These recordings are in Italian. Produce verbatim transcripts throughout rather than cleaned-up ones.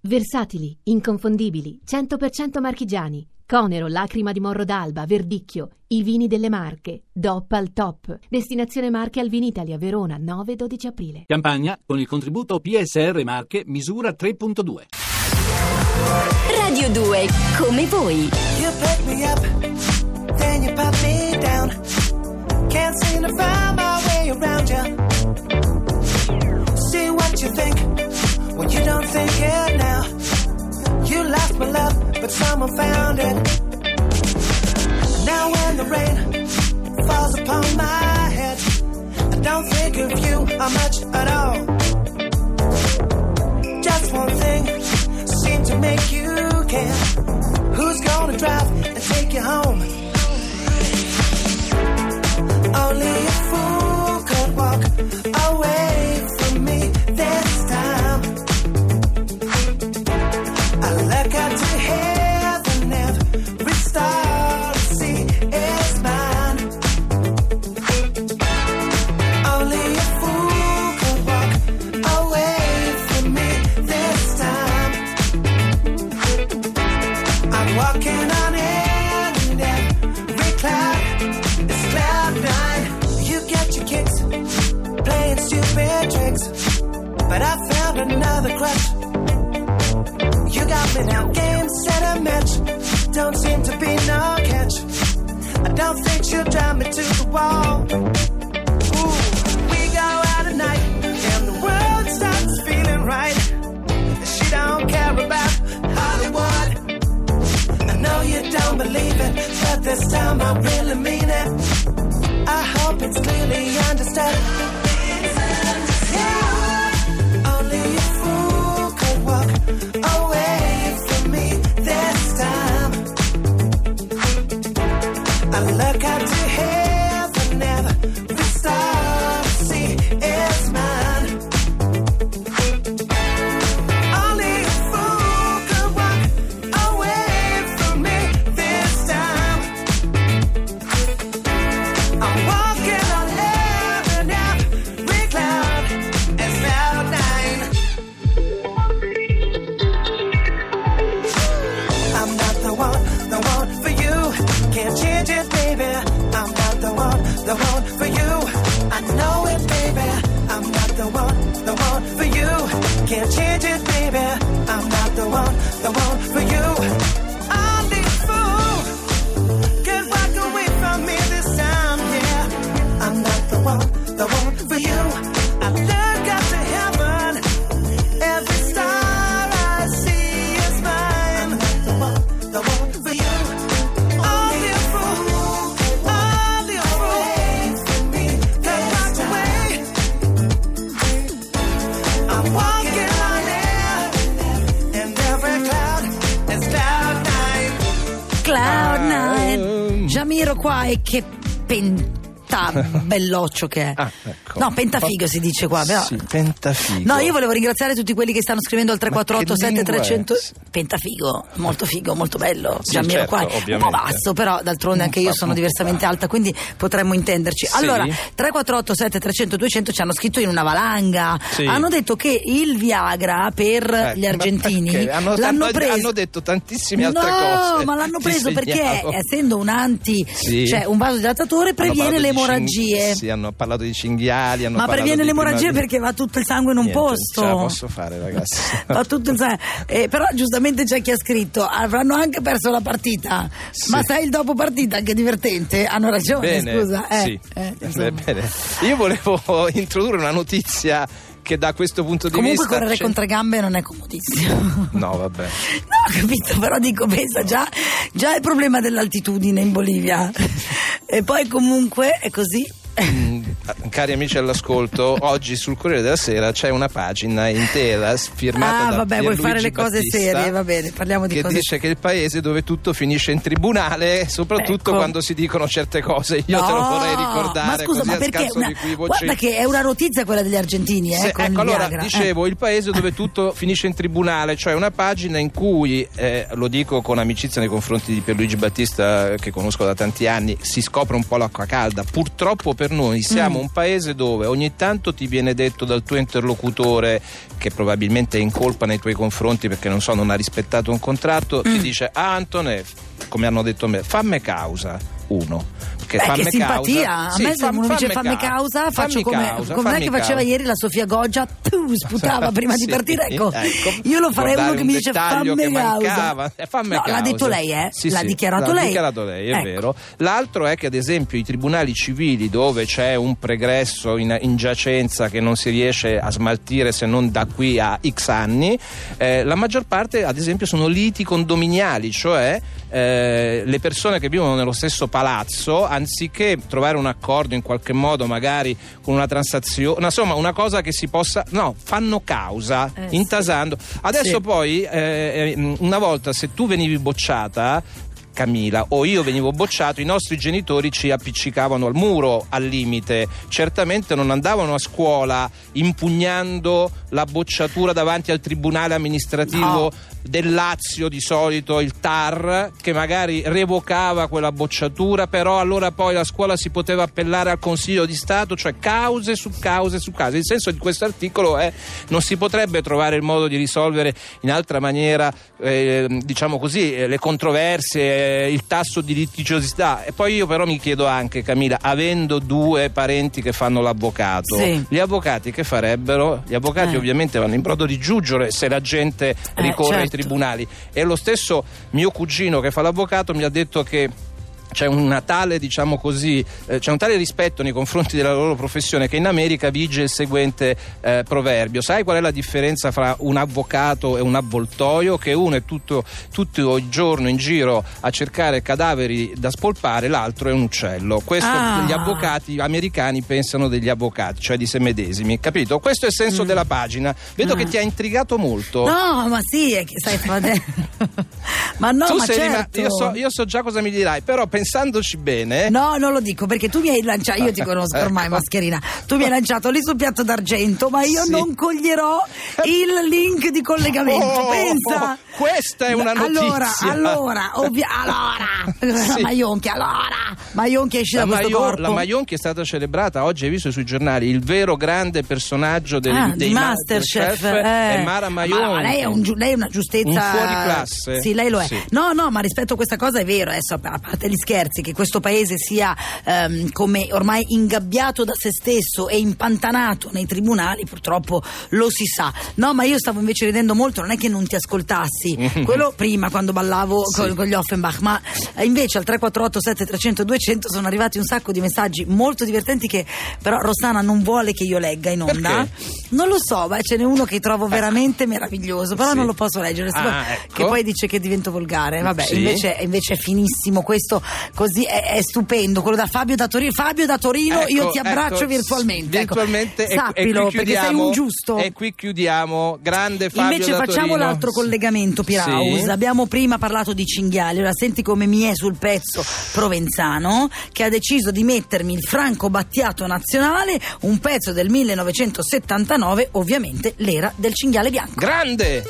Versatili, inconfondibili, cento per cento marchigiani. Conero, Lacrima di Morro d'Alba, Verdicchio, i vini delle Marche, D O P al top. Destinazione Marche al Vinitalia, Verona, nove dodici aprile. Campagna con il contributo P S R Marche misura tre punto due. Radio due, come voi. You pick me up, then you put me down. Can't seem to find my way around you. See what you think when you don't think it now. You lost my love, but someone found it. Now when the rain falls upon my head, I don't think of you or much at all. Just one thing seems to make you care. Who's gonna drive and take you home? Only a fool could walk away from me this time. I look up to heaven, every star I see is mine. Only a fool could walk away from me this time. I'm walking on air and every cloud is cloud nine. You get your kicks playing stupid tricks, but I found another crush. You got me now, game, set, and match. Don't seem to be no catch. I don't think she'll drive me to the wall. Ooh, we go out at night, and the world starts feeling right. She don't care about Hollywood. I know you don't believe it, but this time I really mean it. I hope it's clearly understood. Yeah. Only a fool could walk away from me this time. I look up to heaven, every star I see is mine. Only a fool could walk away from me this time. I'm walking on air and every cloud is cloud nine. I'm not the one, the one for you. Can't change it, baby. I'm not the one, the one for you. I know it, baby. I'm not the one, the one for you. Can't change it, baby. I'm not the one, the one for you. Only a fool could walk away from me this time, yeah. I'm not the one, the one for you. I look up to heaven, every star I see is mine. I'm not the one, the one for you. Only a fool, only a fool for me could walk away. I'm walking on air, and every cloud is cloud nine. Cloud nine. Jamiroquai, che penta belloccio che è. Ah, ecco. No, pentafigo si dice qua, però. Sì, pentafigo. No, io volevo ringraziare tutti quelli che stanno scrivendo al tre quattro otto sette tre zero zero. è? Pentafigo, molto figo, molto bello. Sì, Jamiroquai, certo, un ovviamente. po' basso, però d'altronde anche io sono diversamente alta, quindi potremmo intenderci. Sì. Allora, tre quattro otto sette tre zero zero duecento ci hanno scritto in una valanga. Sì. Hanno detto che il Viagra per Eh, gli argentini ma perché? hanno, l'hanno hanno, preso. hanno detto tantissime altre no, cose. ma l'hanno Ti preso perché, segnalo. essendo un anti, Sì. cioè un vasodilatatore, Hanno previene parlato le di emorragie. cing- Sì, hanno parlato di cinghiali. Hanno Ma parlato previene di l'emorragia prima- perché va tutto il sangue in un Niente, posto. Ce la posso fare, ragazzi. Va tutto il sangue. Eh, però giustamente c'è chi ha scritto: avranno anche perso la partita. Sì. Ma sai il dopo partita che divertente? Hanno ragione, Bene, scusa. Eh, sì. eh, Beh, insomma. bene. Io volevo introdurre una notizia che da questo punto di Comunque vista correre c'è- con tre gambe non è comodissimo. No, vabbè. No, capito, però dico, pensa, già, già il problema dell'altitudine in Bolivia. E poi comunque è così. Mm, cari amici all'ascolto, oggi sul Corriere della Sera c'è una pagina intera firmata Ah, da vabbè, vuoi Pierluigi fare le cose Battista, serie, va bene, parliamo di che cose dice che il paese dove tutto finisce in tribunale, soprattutto Ecco. quando si dicono certe cose. Io No, te lo vorrei ricordare, ma scusa, così ma a perché scanso una, di equivoci. guarda che è una notizia quella degli argentini, eh, Se- con il ecco, allora Viagra, dicevo, eh. il paese dove tutto finisce in tribunale, cioè una pagina in cui, eh, lo dico con amicizia nei confronti di Pierluigi Battista, che conosco da tanti anni, si scopre un po' l'acqua calda. Purtroppo per noi. Siamo Mm. un paese dove ogni tanto ti viene detto dal tuo interlocutore, che probabilmente è in colpa nei tuoi confronti perché non so, non ha rispettato un contratto, Mm. ti dice: ah, Antone, come hanno detto a me, fammi causa. Uno. Che Beh, fammi che simpatia, causa. a Sì, me se fam- uno dice fammi fammi ca- causa, faccio fammi come, causa, come fammi che faceva causa. ieri la Sofia Goggia, tu sputava prima Sì, di partire, ecco, ecco. io lo farei Guardare uno che un mi dice dettaglio fammi che causa. mancava. Eh, fammi No, l'ha causa. detto lei, eh? Sì, l'ha sì, dichiarato l'ha lei. dichiarato lei, è Ecco. vero. L'altro è che ad esempio i tribunali civili, dove c'è un pregresso in, in giacenza che non si riesce a smaltire se non da qui a X anni, eh, la maggior parte ad esempio sono liti condominiali, cioè eh, le persone che vivono nello stesso palazzo, anziché trovare un accordo in qualche modo, magari con una transazione, insomma una cosa che si possa, no, fanno causa, Eh, intasando. Adesso Sì. poi eh, una volta, se tu venivi bocciata, Camila, o io venivo bocciato, i nostri genitori ci appiccicavano al muro, al limite. Certamente non andavano a scuola impugnando la bocciatura davanti al tribunale amministrativo No. del Lazio, di solito il T A R, che magari revocava quella bocciatura, però allora poi la scuola si poteva appellare al Consiglio di Stato, cioè cause su cause su cause. Il senso di questo articolo è: non si potrebbe trovare il modo di risolvere in altra maniera, eh, diciamo così, eh, le controversie, eh, il tasso di litigiosità. E poi io però mi chiedo anche, Camila, avendo due parenti che fanno l'avvocato, Sì. gli avvocati che farebbero? Gli avvocati Eh. ovviamente vanno in brodo di giuggiole se la gente ricorre ai certo. tribunali. E lo stesso mio cugino che fa l'avvocato mi ha detto che c'è una tale, diciamo così, eh, c'è un tale rispetto nei confronti della loro professione che in America vige il seguente eh, proverbio: sai qual è la differenza fra un avvocato e un avvoltoio? Che uno è tutto, tutto il giorno in giro a cercare cadaveri da spolpare, l'altro è un uccello. Questo Ah. gli avvocati americani pensano degli avvocati, cioè di se medesimi, capito? Questo è il senso Mm. della pagina. Vedo Ah. che ti ha intrigato molto. No, ma sì, è che stai facendo. Ma no, Tu ma sei rima- certo. io, so, io so già cosa mi dirai, però pensandoci bene. No, non lo dico perché tu mi hai lanciato, io ti conosco ormai, Ecco. mascherina, tu mi hai lanciato lì sul piatto d'argento, ma io Sì. non coglierò il link di collegamento, Oh, pensa. questa è una notizia. Allora, allora, ovvia, allora, Sì. Maionchi, allora, Maionchi esce La, da questo Maio- corpo. la Maionchi è stata celebrata oggi, hai visto sui giornali, il vero grande personaggio del, Ah, dei di Masterchef, eh. è Mara Maionchi. Ma no, lei è, un giu- lei è una giustezza, Un fuoriclasse. Sì, lei lo è. Sì. No, no, ma rispetto a questa cosa è vero, adesso, a parte gli scherzi, che questo paese sia ehm, come ormai ingabbiato da se stesso e impantanato nei tribunali, purtroppo lo si sa. No, ma io stavo invece ridendo molto, non è che non ti ascoltassi, quello prima quando ballavo Sì. con, con gli Offenbach, ma eh, invece al tre quattro otto sette tre zero zero due zero zero sono arrivati un sacco di messaggi molto divertenti che però Rossana non vuole che io legga in onda. Perché? Non lo so, ma ce n'è uno che trovo veramente meraviglioso, però Sì. non lo posso leggere, Ah, siccome- ecco. che poi dice che divento volgare. Vabbè, Sì. invece, invece è finissimo questo, così è, è stupendo. Quello da Fabio da Torino. Fabio da Torino, Ecco, io ti abbraccio ecco, virtualmente. ecco. virtualmente e- Sappilo, e qui perché sei chiudiamo, un giusto. E qui chiudiamo. Grande Fabio Invece da facciamo Torino. l'altro Sì. collegamento, Piraus. Sì. Abbiamo prima parlato di cinghiali, ora senti come mi è sul pezzo Provenzano, che ha deciso di mettermi il Franco Battiato nazionale, un pezzo del millenovecentosettantanove, ovviamente l'era del cinghiale bianco. Grande!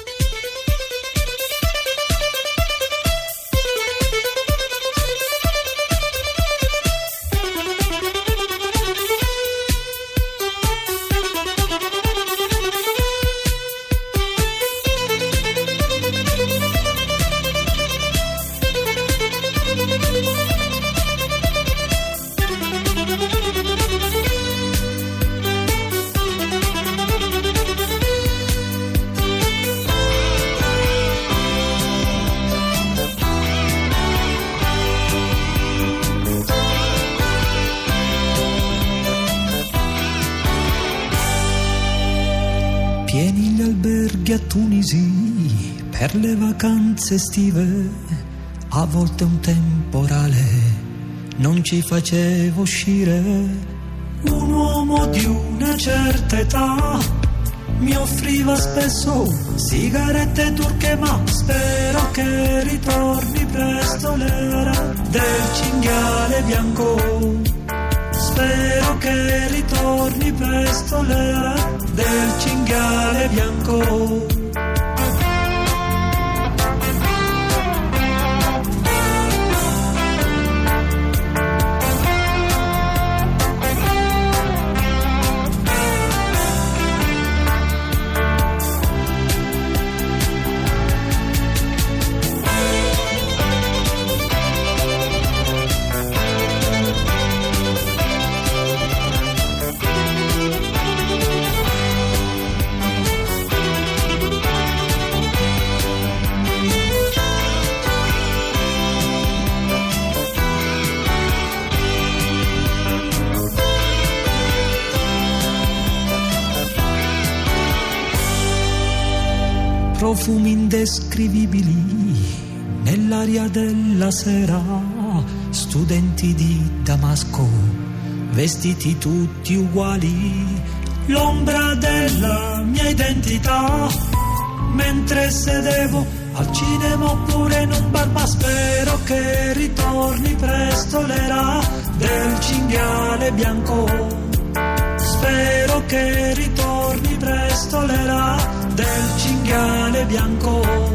Pieni gli alberghi a Tunisi per le vacanze estive, a volte un temporale non ci faceva uscire. Un uomo di una certa età mi offriva spesso sigarette turche, ma spero che ritorni presto l'era del cinghiale bianco. Spero che ritorni presto l'era del cinghiale bianco. profumi indescrivibili nell'aria della sera, studenti di Damasco, vestiti tutti uguali, l'ombra della mia identità, mentre sedevo al cinema oppure in un bar, ma spero che ritorni presto l'era del cinghiale bianco. Spero che ritorni presto l'era del cinghiale bianco.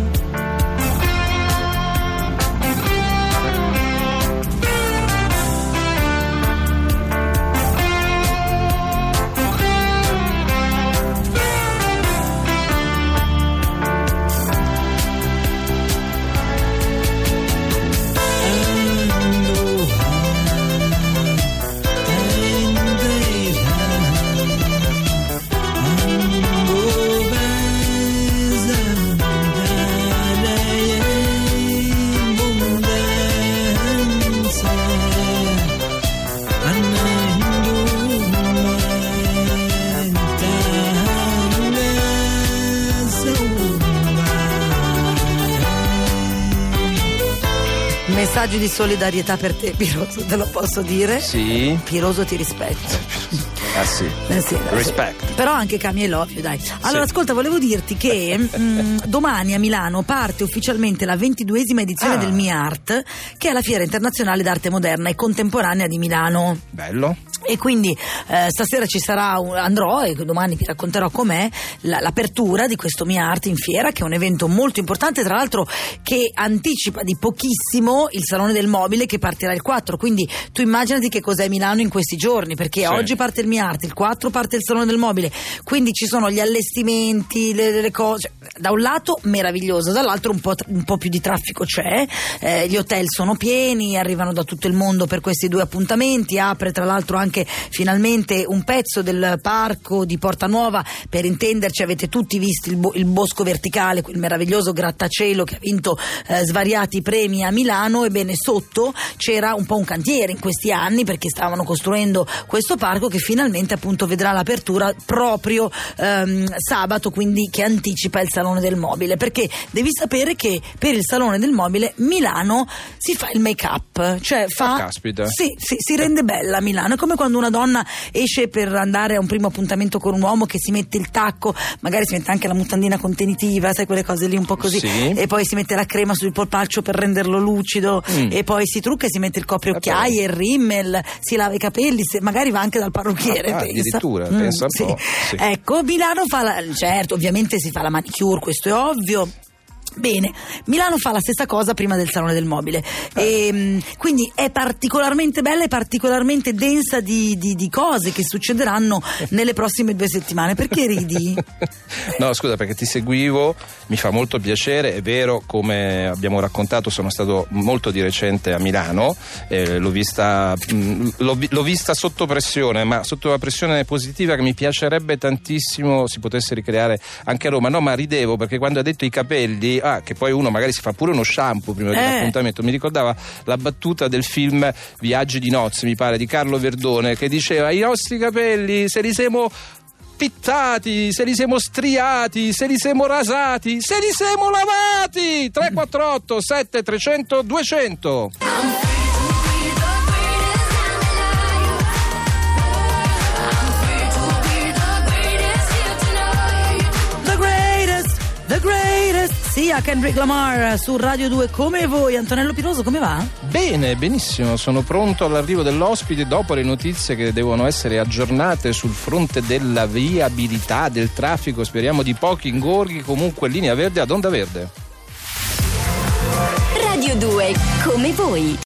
Messaggi di solidarietà per te, Piroso, te lo posso dire? Sì. Piroso, ti rispetto. Ah sì, eh sì respect. Sì. Però anche Cami e Love you, dai. Allora sì. Ascolta, volevo dirti che mh, domani a Milano parte ufficialmente la ventiduesima edizione ah. del MiArt, che è la fiera internazionale d'arte moderna e contemporanea di Milano. Bello. E quindi eh, stasera ci sarà un, andrò e domani vi racconterò com'è la, l'apertura di questo MiArt in fiera, che è un evento molto importante, tra l'altro che anticipa di pochissimo il Salone del Mobile, che partirà il quattro. Quindi tu immaginati che cos'è Milano in questi giorni, perché sì. Oggi parte il MiArt, il quattro parte il Salone del Mobile, quindi ci sono gli allestimenti, le, le cose, da un lato meraviglioso, dall'altro un po', un po' più di traffico c'è, eh, gli hotel sono pieni, arrivano da tutto il mondo per questi due appuntamenti, apre tra l'altro anche finalmente un pezzo del parco di Porta Nuova, per intenderci avete tutti visto il, bo- il Bosco Verticale, quel meraviglioso grattacielo che ha vinto eh, svariati premi a Milano. Ebbene, sotto c'era un po' un cantiere in questi anni, perché stavano costruendo questo parco che finalmente appunto vedrà l'apertura proprio ehm, sabato, quindi che anticipa il Salone del Mobile, perché devi sapere che per il Salone del Mobile Milano si fa il make up, cioè fa oh, caspita. Sì, sì, si rende bella Milano. È come quando una donna esce per andare a un primo appuntamento con un uomo, che si mette il tacco, magari si mette anche la mutandina contenitiva, sai, quelle cose lì un po' così, sì. E poi si mette la crema sul polpaccio per renderlo lucido, mm. E poi si trucca e si mette il copriocchiaie, il rimmel, si lava i capelli, se magari va anche dal parrucchiere, ah, pensa. addirittura, mm, pensa un sì. po', sì. Ecco, Milano fa la, certo, ovviamente si fa la manicure, questo è ovvio. Bene, Milano fa la stessa cosa prima del Salone del Mobile, eh. e, quindi è particolarmente bella e particolarmente densa di, di, di cose che succederanno nelle prossime due settimane. Perché ridi? No, scusa, perché ti seguivo, mi fa molto piacere. È vero, come abbiamo raccontato, sono stato molto di recente a Milano, eh, l'ho vista mh, l'ho, l'ho vista sotto pressione, ma sotto una pressione positiva che mi piacerebbe tantissimo si potesse ricreare anche a Roma. No, ma ridevo perché quando ha detto i capelli, ah, che poi uno magari si fa pure uno shampoo prima eh. dell'appuntamento, mi ricordava la battuta del film Viaggi di nozze, mi pare, di Carlo Verdone, che diceva: i nostri capelli, se li siamo pittati, se li siamo striati, se li siamo rasati, se li siamo lavati. Tre quattro otto sette trecento duecento. The greatest, sì, a Kendrick Lamar su Radio due. Come voi, Antonello Piroso, come va? Bene, benissimo, sono pronto all'arrivo dell'ospite dopo le notizie che devono essere aggiornate sul fronte della viabilità, del traffico, speriamo di pochi ingorghi, comunque linea verde ad onda verde. Radio due, come voi.